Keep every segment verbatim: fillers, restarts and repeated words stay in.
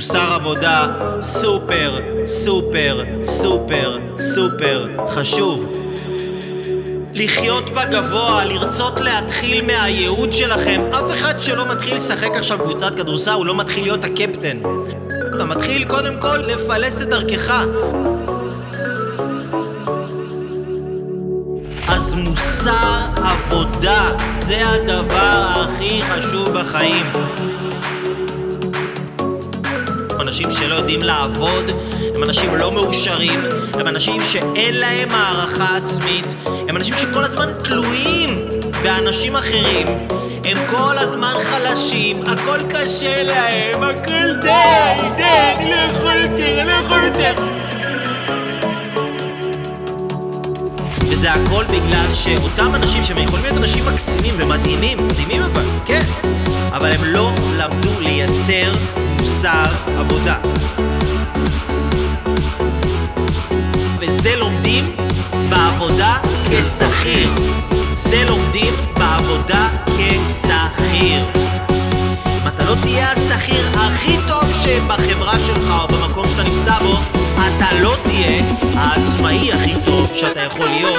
מוסר עבודה סופר סופר סופר סופר חשוב. לחיות בגבוה, לרצות להתחיל מהייעוד שלכם. אף אחד שלא מתחיל לשחק עכשיו קבוצת כדורסל הוא לא מתחיל להיות הקפטן. אתה מתחיל קודם כל לפלס את דרכך. אז מוסר עבודה זה הדבר הכי חשוב בחיים. אנשים שלא יודעים לעבוד, הם אנשים לא מאושרים, הם אנשים שאין להם הערכה עצמית, הם אנשים שכל הזמן תלויים באנשים אחרים, הם כל הזמן חלשים, הכל קשה להם, הכל די, די, אני לא יכול יותר, אני לא יכול יותר. וזה הכל בגלל שאותם אנשים שהם יכולים להיות אנשים מקסימים ומדהימים, מדהימים אבל, כן, אבל הם לא למדו לייצר מוסר עבודה. וזה לומדים בעבודה כשכיר. זה לומדים בעבודה כשכיר. אם אתה לא תהיה השכיר הכי טוב שבחברה שלך או במקום שאתה נמצא בו, אתה לא תהיה העצמאי הכי טוב שאתה יכול להיות.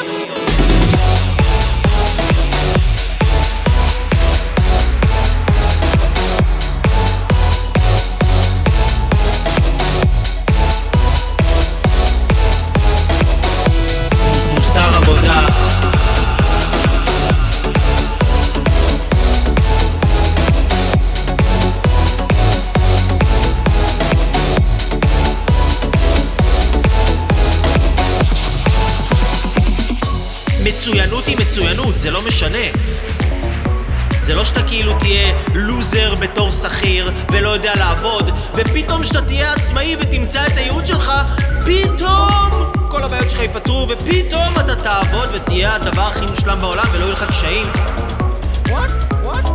מצוינות היא מצוינות, זה לא משנה. זה לא שאתה כאילו תהיה לוזר בתור שכיר ולא יודע לעבוד, ופתאום שאתה תהיה עצמאי ותמצא את הייעוד שלך, פתאום כל הבעיות שלך ייפתרו, ופתאום אתה תעבוד ותהיה הדבר הכי מושלם בעולם ולא יהיו לך קשיים. What? What?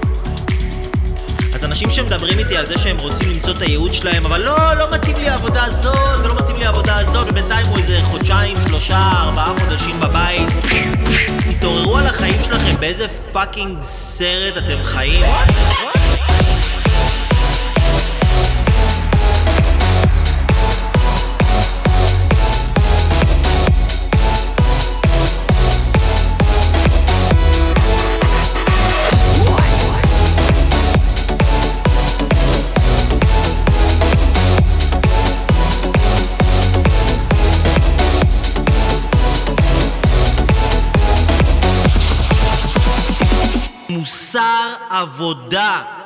אז אנשים שמדברים איתי על זה שהם רוצים למצוא את הייעוד שלהם, אבל לא, לא מתאים לי העבודה הזאת ולא מתאים לי העבודה הזאת, ובינתיים הוא איזה חודשיים, שלושה, ארבעה חודשים בבית. תתעוררו על החיים שלכם, באיזה פאקינג סרט אתם חיים. מוסר עבודה.